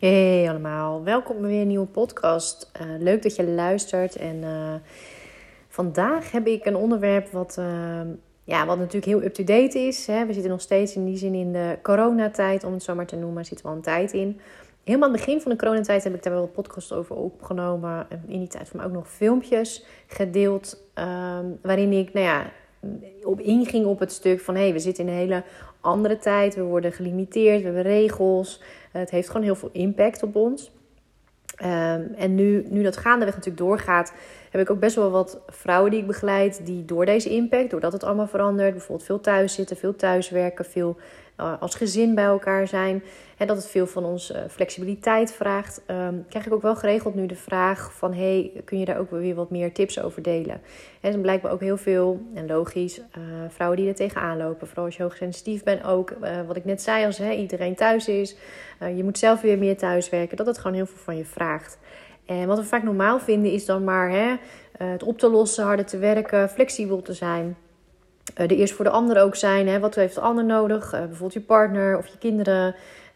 Hey allemaal, welkom bij weer een nieuwe podcast. Leuk dat je luistert. En vandaag heb ik een onderwerp wat natuurlijk heel up-to-date is. Hè. We zitten nog steeds in die zin in de coronatijd, om het zo maar te noemen. Er zit wel een tijd in. Helemaal aan het begin van de coronatijd heb ik daar wel een podcast over opgenomen. In die tijd van mij ook nog filmpjes gedeeld. Waarin ik op inging op het stuk van we zitten in een hele andere tijd. We worden gelimiteerd, we hebben regels. Het heeft gewoon heel veel impact op ons. En nu dat gaandeweg natuurlijk doorgaat, heb ik ook best wel wat vrouwen die ik begeleid, die door deze impact, doordat het allemaal verandert, bijvoorbeeld veel thuis zitten, veel thuiswerken, veel als gezin bij elkaar zijn, en dat het veel van ons flexibiliteit vraagt, krijg ik ook wel geregeld nu de vraag van kun je daar ook weer wat meer tips over delen? En er zijn blijkbaar ook heel veel, en logisch, vrouwen die er tegenaan lopen. Vooral als je hoogsensitief bent ook. Wat ik net zei, als iedereen thuis is. Je moet zelf weer meer thuiswerken. Dat het gewoon heel veel van je vraagt. En wat we vaak normaal vinden is dan maar het op te lossen, harder te werken, flexibel te zijn. De eerst voor de ander ook zijn. Wat heeft de ander nodig? Bijvoorbeeld je partner of je kinderen.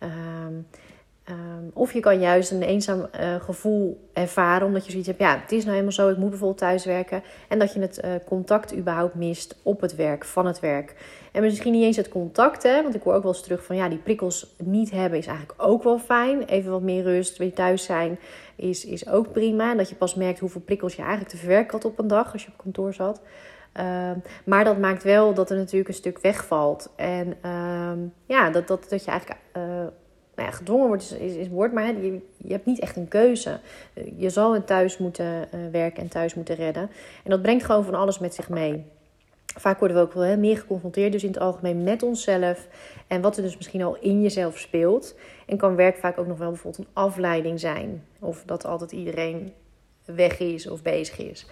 Of je kan juist een eenzaam gevoel ervaren, omdat je zoiets hebt, het is nou helemaal zo, ik moet bijvoorbeeld thuiswerken. En dat je het contact überhaupt mist op het werk, van het werk. En misschien niet eens het contact, want ik hoor ook wel eens terug van, die prikkels niet hebben is eigenlijk ook wel fijn. Even wat meer rust, weer thuis zijn is ook prima. En dat je pas merkt hoeveel prikkels je eigenlijk te verwerken had op een dag als je op kantoor zat. Maar dat maakt wel dat er natuurlijk een stuk wegvalt. En dat je eigenlijk gedwongen wordt is woord, maar je hebt niet echt een keuze. Je zal thuis moeten werken en thuis moeten redden. En dat brengt gewoon van alles met zich mee. Vaak worden we ook wel meer geconfronteerd, dus in het algemeen met onszelf. En wat er dus misschien al in jezelf speelt. En kan werk vaak ook nog wel bijvoorbeeld een afleiding zijn. Of dat altijd iedereen weg is of bezig is.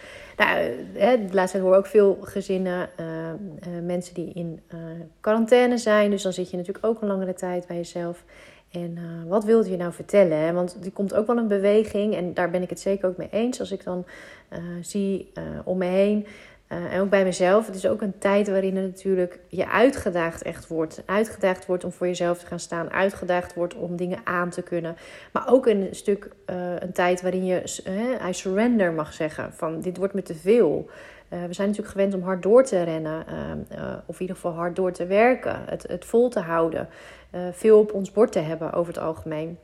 De laatste tijd horen we ook veel gezinnen, mensen die in quarantaine zijn. Dus dan zit je natuurlijk ook een langere tijd bij jezelf. En wat wilde je nou vertellen? Hè? Want die komt ook wel een beweging. En daar ben ik het zeker ook mee eens. Als ik dan zie om me heen. En ook bij mezelf. Het is ook een tijd waarin er natuurlijk je uitgedaagd echt wordt. Uitgedaagd wordt om voor jezelf te gaan staan. Uitgedaagd wordt om dingen aan te kunnen. Maar ook een stuk een tijd waarin je I surrender mag zeggen. Van dit wordt me te veel. We zijn natuurlijk gewend om hard door te rennen. Of in ieder geval hard door te werken. Het vol te houden. Veel op ons bord te hebben over het algemeen.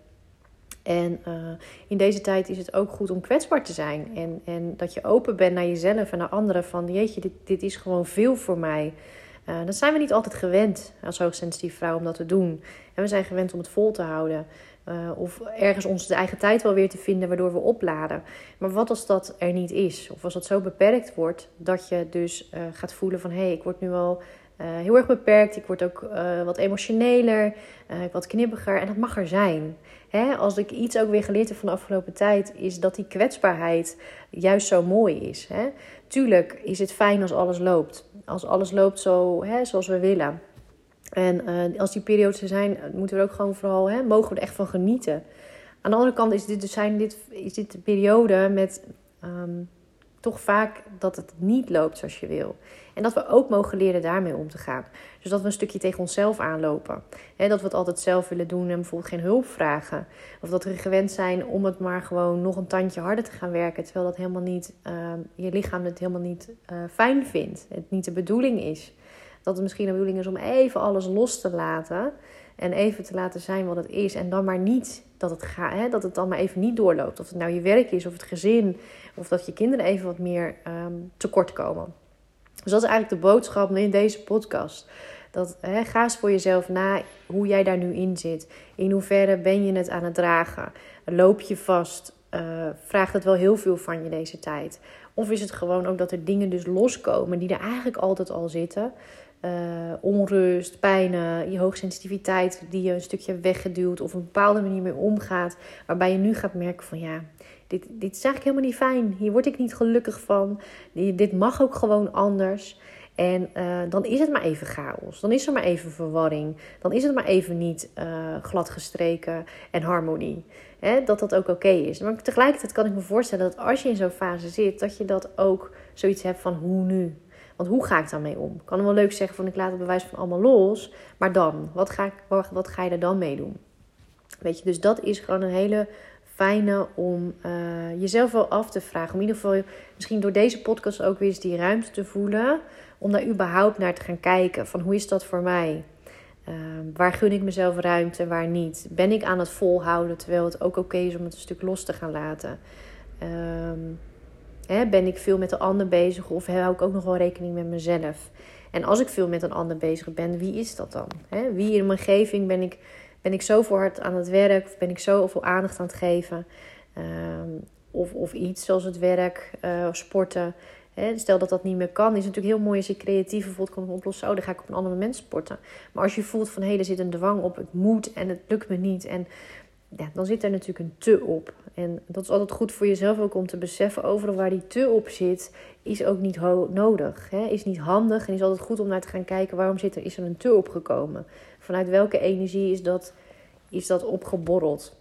En in deze tijd is het ook goed om kwetsbaar te zijn. En dat je open bent naar jezelf en naar anderen. Van jeetje, dit is gewoon veel voor mij. Dat zijn we niet altijd gewend als hoogsensitieve vrouw om dat te doen. En we zijn gewend om het vol te houden. Of ergens onze eigen tijd wel weer te vinden waardoor we opladen. Maar wat als dat er niet is? Of als dat zo beperkt wordt dat je dus gaat voelen van ik word nu al heel erg beperkt. Ik word ook wat emotioneler, wat knippiger. En dat mag er zijn. Als ik iets ook weer geleerd heb van de afgelopen tijd, is dat die kwetsbaarheid juist zo mooi is. Tuurlijk is het fijn als alles loopt. Als alles loopt zoals we willen. En als die periodes er zijn, moeten we er ook gewoon vooral, mogen we er echt van genieten. Aan de andere kant is dit de periode met toch vaak dat het niet loopt zoals je wil. En dat we ook mogen leren daarmee om te gaan. Dus dat we een stukje tegen onszelf aanlopen. Dat we het altijd zelf willen doen en bijvoorbeeld geen hulp vragen. Of dat we gewend zijn om het maar gewoon nog een tandje harder te gaan werken. Terwijl dat helemaal niet, je lichaam het helemaal niet fijn vindt. Het niet de bedoeling is. Dat het misschien de bedoeling is om even alles los te laten. En even te laten zijn wat het is. En dan maar niet dat het gaat. Dat het dan maar even niet doorloopt. Of het nou je werk is of het gezin. Of dat je kinderen even wat meer tekort komen. Dus dat is eigenlijk de boodschap in deze podcast. Dat, ga eens voor jezelf na hoe jij daar nu in zit. In hoeverre ben je het aan het dragen? Loop je vast? Vraagt het wel heel veel van je deze tijd? Of is het gewoon ook dat er dingen dus loskomen die er eigenlijk altijd al zitten? Onrust, pijnen, je hoogsensitiviteit die je een stukje weggeduwd of op een bepaalde manier mee omgaat. Waarbij je nu gaat merken van dit is eigenlijk helemaal niet fijn. Hier word ik niet gelukkig van. Dit mag ook gewoon anders. En dan is het maar even chaos. Dan is er maar even verwarring. Dan is het maar even niet glad gestreken en harmonie. Dat ook oké is. Maar tegelijkertijd kan ik me voorstellen dat als je in zo'n fase zit, dat je dat ook zoiets hebt van hoe nu? Want hoe ga ik daarmee om? Ik kan wel leuk zeggen van ik laat het bewijs van allemaal los. Maar dan? Wat ga je er dan mee doen? Weet je, dus dat is gewoon een hele fijne om jezelf wel af te vragen. Om in ieder geval misschien door deze podcast ook weer eens die ruimte te voelen. Om daar überhaupt naar te gaan kijken. Van hoe is dat voor mij? Waar gun ik mezelf ruimte, waar niet? Ben ik aan het volhouden terwijl het ook oké is om het een stuk los te gaan laten? Ben ik veel met de ander bezig of hou ik ook nog wel rekening met mezelf? En als ik veel met een ander bezig ben, wie is dat dan? Wie in mijn omgeving ben ik zo voor hard aan het werk? Of ben ik zoveel aandacht aan het geven? Of iets zoals het werk of sporten. Stel dat dat niet meer kan, is het natuurlijk heel mooi als je creatief bijvoorbeeld kan oplossen. Oh, dan ga ik op een ander moment sporten. Maar als je voelt van, er zit een dwang op, ik moet en het lukt me niet. En ja, dan zit er natuurlijk een te op. En dat is altijd goed voor jezelf ook om te beseffen, overal waar die te op zit, is ook niet nodig. Is niet handig en is altijd goed om naar te gaan kijken, waarom is er een te opgekomen? Vanuit welke energie is dat opgeborreld?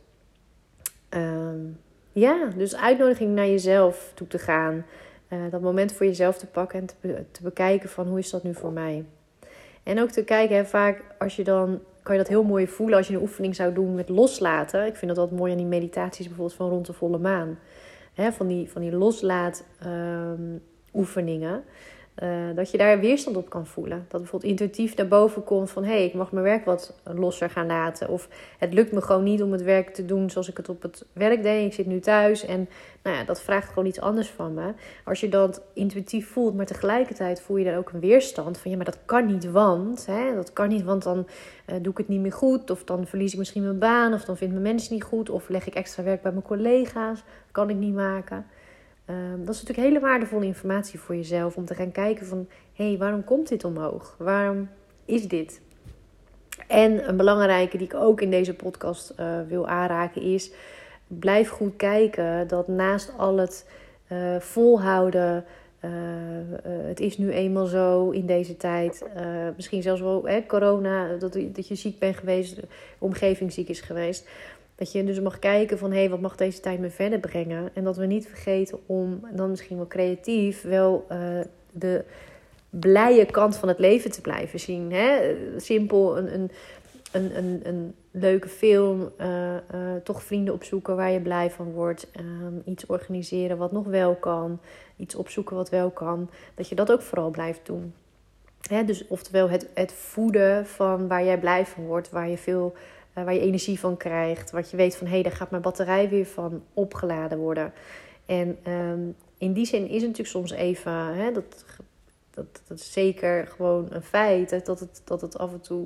Dus uitnodiging naar jezelf toe te gaan. Dat moment voor jezelf te pakken en te bekijken van, hoe is dat nu voor mij? En ook te kijken, vaak als je dan, kan je dat heel mooi voelen als je een oefening zou doen met loslaten. Ik vind dat altijd mooi aan die meditaties bijvoorbeeld van rond de volle maan. Van die loslaat oefeningen. Dat je daar weerstand op kan voelen. Dat bijvoorbeeld intuïtief naar boven komt van, ik mag mijn werk wat losser gaan laten. Of het lukt me gewoon niet om het werk te doen zoals ik het op het werk deed. Ik zit nu thuis en dat vraagt gewoon iets anders van me. Als je dat intuïtief voelt, maar tegelijkertijd voel je dan ook een weerstand van, maar dat kan niet, want. Dat kan niet, want dan doe ik het niet meer goed. Of dan verlies ik misschien mijn baan. Of dan vindt mijn mensen niet goed. Of leg ik extra werk bij mijn collega's. Kan ik niet maken. Dat is natuurlijk hele waardevolle informatie voor jezelf. Om te gaan kijken van, waarom komt dit omhoog? Waarom is dit? En een belangrijke die ik ook in deze podcast wil aanraken is, blijf goed kijken dat naast al het volhouden, het is nu eenmaal zo in deze tijd, misschien zelfs wel corona, dat je ziek bent geweest, de omgeving ziek is geweest. Dat je dus mag kijken van, wat mag deze tijd me verder brengen? En dat we niet vergeten om dan misschien wel creatief wel de blije kant van het leven te blijven zien. Simpel een leuke film, toch vrienden opzoeken waar je blij van wordt. Iets organiseren wat nog wel kan. Iets opzoeken wat wel kan. Dat je dat ook vooral blijft doen. Dus oftewel het voeden van waar jij blij van wordt, waar je energie van krijgt. Wat je weet van, daar gaat mijn batterij weer van opgeladen worden. En in die zin is het natuurlijk soms even, dat is zeker gewoon een feit. Dat het af en toe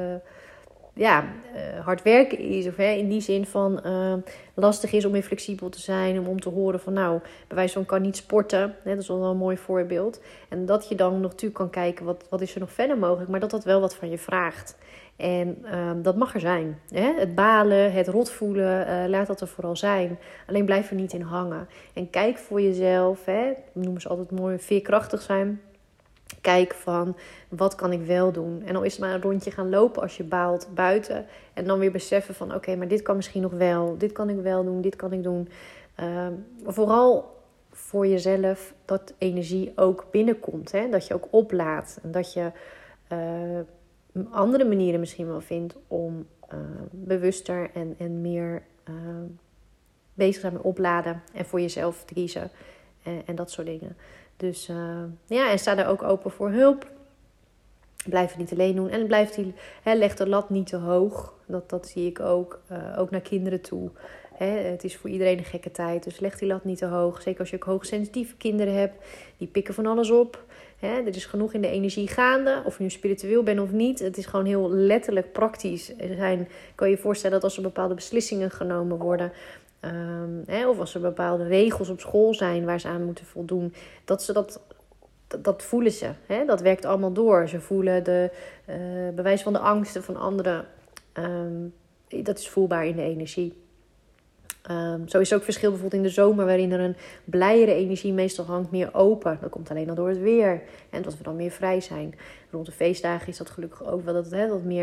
hard werken is. Of in die zin van lastig is om weer flexibel te zijn. Om te horen van, bij wijze van kan niet sporten. Dat is wel een mooi voorbeeld. En dat je dan natuurlijk kan kijken, wat is er nog verder mogelijk. Maar dat wel wat van je vraagt. En dat mag er zijn. Het balen, het rot voelen, laat dat er vooral zijn. Alleen blijf er niet in hangen. En kijk voor jezelf, we noemen ze altijd mooi, veerkrachtig zijn. Kijk van, wat kan ik wel doen? En al is het maar een rondje gaan lopen als je baalt buiten. En dan weer beseffen van, oké, maar dit kan misschien nog wel. Dit kan ik wel doen, dit kan ik doen. Vooral voor jezelf dat energie ook binnenkomt. Dat je ook oplaadt. En dat je andere manieren misschien wel vindt om bewuster en meer bezig te zijn met opladen. En voor jezelf te kiezen. En dat soort dingen. Dus en sta daar ook open voor hulp. Blijf het niet alleen doen. En leg de lat niet te hoog. Dat zie ik ook. Ook naar kinderen toe. Het is voor iedereen een gekke tijd. Dus leg die lat niet te hoog. Zeker als je ook hoogsensitieve kinderen hebt. Die pikken van alles op. Er is genoeg in de energie gaande. Of je nu spiritueel bent of niet. Het is gewoon heel letterlijk praktisch. Kan je je voorstellen dat als er bepaalde beslissingen genomen worden, of als er bepaalde regels op school zijn waar ze aan moeten voldoen, dat voelen ze. Dat werkt allemaal door. Ze voelen de bewijs van de angsten van anderen. Dat is voelbaar in de energie. Zo is er ook verschil bijvoorbeeld in de zomer, waarin er een blijere energie meestal hangt, meer open. Dat komt alleen al door het weer. En dat we dan meer vrij zijn. Rond de feestdagen is dat gelukkig ook wel dat het wat meer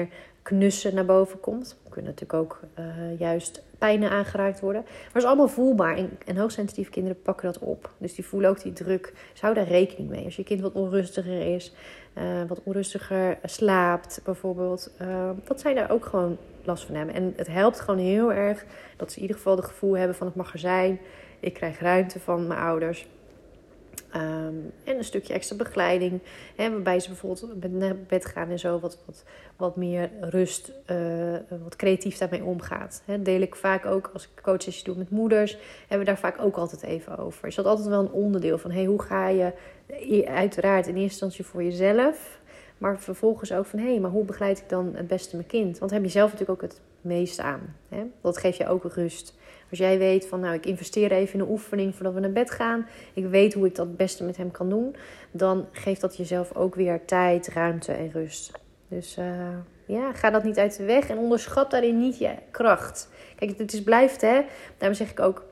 knussen naar boven komt. Er kunnen natuurlijk ook juist pijnen aangeraakt worden. Maar het is allemaal voelbaar. En hoogsensitieve kinderen pakken dat op. Dus die voelen ook die druk. Dus hou daar rekening mee. Als je kind wat onrustiger is, wat onrustiger slaapt bijvoorbeeld. Dat zij daar ook gewoon last van hebben. En het helpt gewoon heel erg dat ze in ieder geval het gevoel hebben van het mag er zijn. Ik krijg ruimte van mijn ouders. En een stukje extra begeleiding. Waarbij ze bijvoorbeeld met naar bed gaan en zo wat meer rust, wat creatief daarmee omgaat. Dat deel ik vaak ook als ik coachsessies doe met moeders. Hebben we daar vaak ook altijd even over. Is dat altijd wel een onderdeel van hoe ga je uiteraard in eerste instantie voor jezelf. Maar vervolgens ook van maar hoe begeleid ik dan het beste mijn kind? Want daar heb je zelf natuurlijk ook het meeste aan. Dat geeft je ook rust. Als jij weet van ik investeer even in een oefening voordat we naar bed gaan. Ik weet hoe ik dat het beste met hem kan doen. Dan geeft dat jezelf ook weer tijd, ruimte en rust. Dus ga dat niet uit de weg. En onderschat daarin niet je kracht. Kijk, het blijft Daarom zeg ik ook.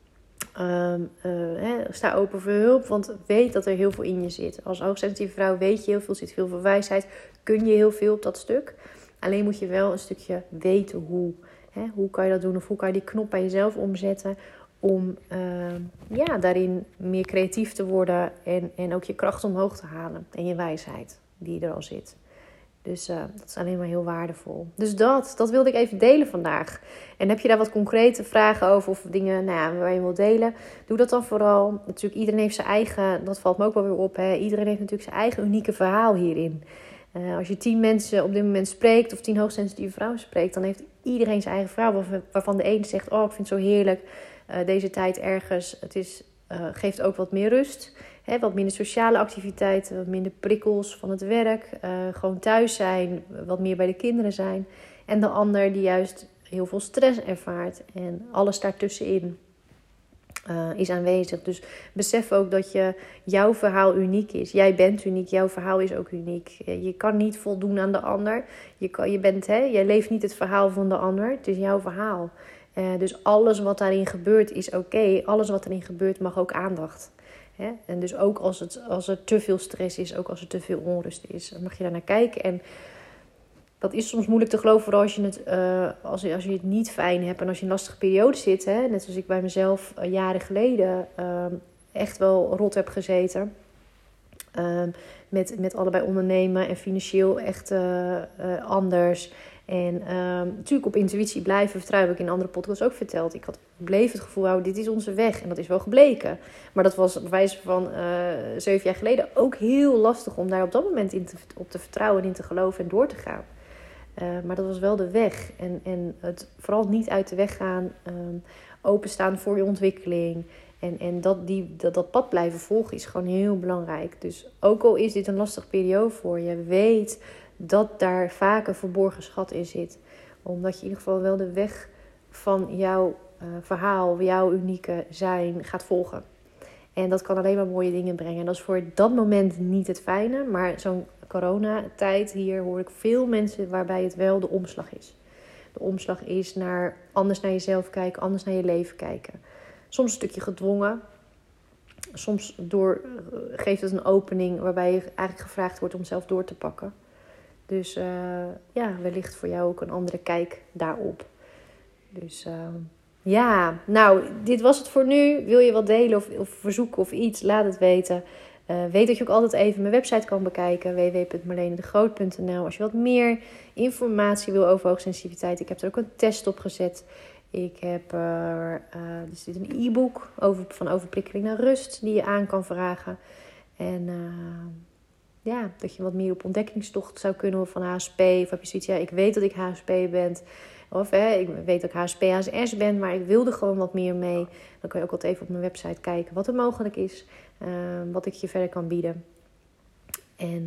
Sta open voor hulp. Want weet dat er heel veel in je zit. Als hoogsensitieve vrouw weet je heel veel. Zit heel veel wijsheid. Kun je heel veel op dat stuk. Alleen moet je wel een stukje weten hoe. Hoe kan je dat doen? Of hoe kan je die knop bij jezelf omzetten? Om daarin meer creatief te worden. En ook je kracht omhoog te halen. En je wijsheid die er al zit. Dus dat is alleen maar heel waardevol. Dus dat wilde ik even delen vandaag. En heb je daar wat concrete vragen over of dingen waar je wilt delen? Doe dat dan vooral. Natuurlijk, iedereen heeft zijn eigen, dat valt me ook wel weer op. Iedereen heeft natuurlijk zijn eigen unieke verhaal hierin. Als je 10 mensen op dit moment spreekt of 10 hoogsensitieve vrouwen spreekt, dan heeft iedereen zijn eigen verhaal. Waarvan de ene zegt, ik vind het zo heerlijk, deze tijd ergens. Het geeft ook wat meer rust. Wat minder sociale activiteiten, wat minder prikkels van het werk. Gewoon thuis zijn, wat meer bij de kinderen zijn. En de ander die juist heel veel stress ervaart. En alles daartussenin is aanwezig. Dus besef ook dat jouw verhaal uniek is. Jij bent uniek, jouw verhaal is ook uniek. Je kan niet voldoen aan de ander. Je leeft niet het verhaal van de ander. Het is jouw verhaal. Dus alles wat daarin gebeurt is oké. Alles wat erin gebeurt mag ook aandacht. En dus ook als er te veel stress is, ook als er te veel onrust is, dan mag je daar naar kijken. En dat is soms moeilijk te geloven, vooral als je het niet fijn hebt en als je in een lastige periode zit. Net zoals ik bij mezelf jaren geleden echt wel rot heb gezeten. Met allebei ondernemen en financieel echt anders. En natuurlijk op intuïtie blijven vertrouwen, heb ik in een andere podcast ook verteld. Ik bleef het gevoel dit is onze weg. En dat is wel gebleken. Maar dat was bij wijze van 7 jaar geleden ook heel lastig om daar op dat moment op te vertrouwen en in te geloven en door te gaan. Maar dat was wel de weg. En het vooral niet uit de weg gaan, openstaan voor je ontwikkeling. En dat pad blijven volgen is gewoon heel belangrijk. Dus ook al is dit een lastige periode voor je, weet dat daar vaak een verborgen schat in zit. Omdat je in ieder geval wel de weg van jouw verhaal, jouw unieke zijn gaat volgen. En dat kan alleen maar mooie dingen brengen. En dat is voor dat moment niet het fijne. Maar zo'n coronatijd hier hoor ik veel mensen waarbij het wel de omslag is. De omslag is naar anders naar jezelf kijken, anders naar je leven kijken. Soms een stukje gedwongen. Soms geeft het een opening waarbij je eigenlijk gevraagd wordt om zelf door te pakken. Dus wellicht voor jou ook een andere kijk daarop. Dus dit was het voor nu. Wil je wat delen of verzoeken of iets, laat het weten. Weet dat je ook altijd even mijn website kan bekijken. www.marlenedegroot.nl. Als je wat meer informatie wil over hoogsensitiviteit. Ik heb er ook een test op gezet. Ik heb er zit een e-book van overprikkeling naar rust die je aan kan vragen. En dat je wat meer op ontdekkingstocht zou kunnen van HSP. Of heb je zoiets, ik weet dat ik HSP ben. Of ik weet dat ik HSP-HSS ben, maar ik wil er gewoon wat meer mee. Dan kan je ook wat even op mijn website kijken wat er mogelijk is. Wat ik je verder kan bieden. En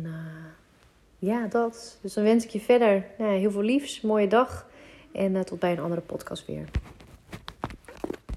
dat. Dus dan wens ik je verder heel veel liefs, mooie dag. En tot bij een andere podcast weer.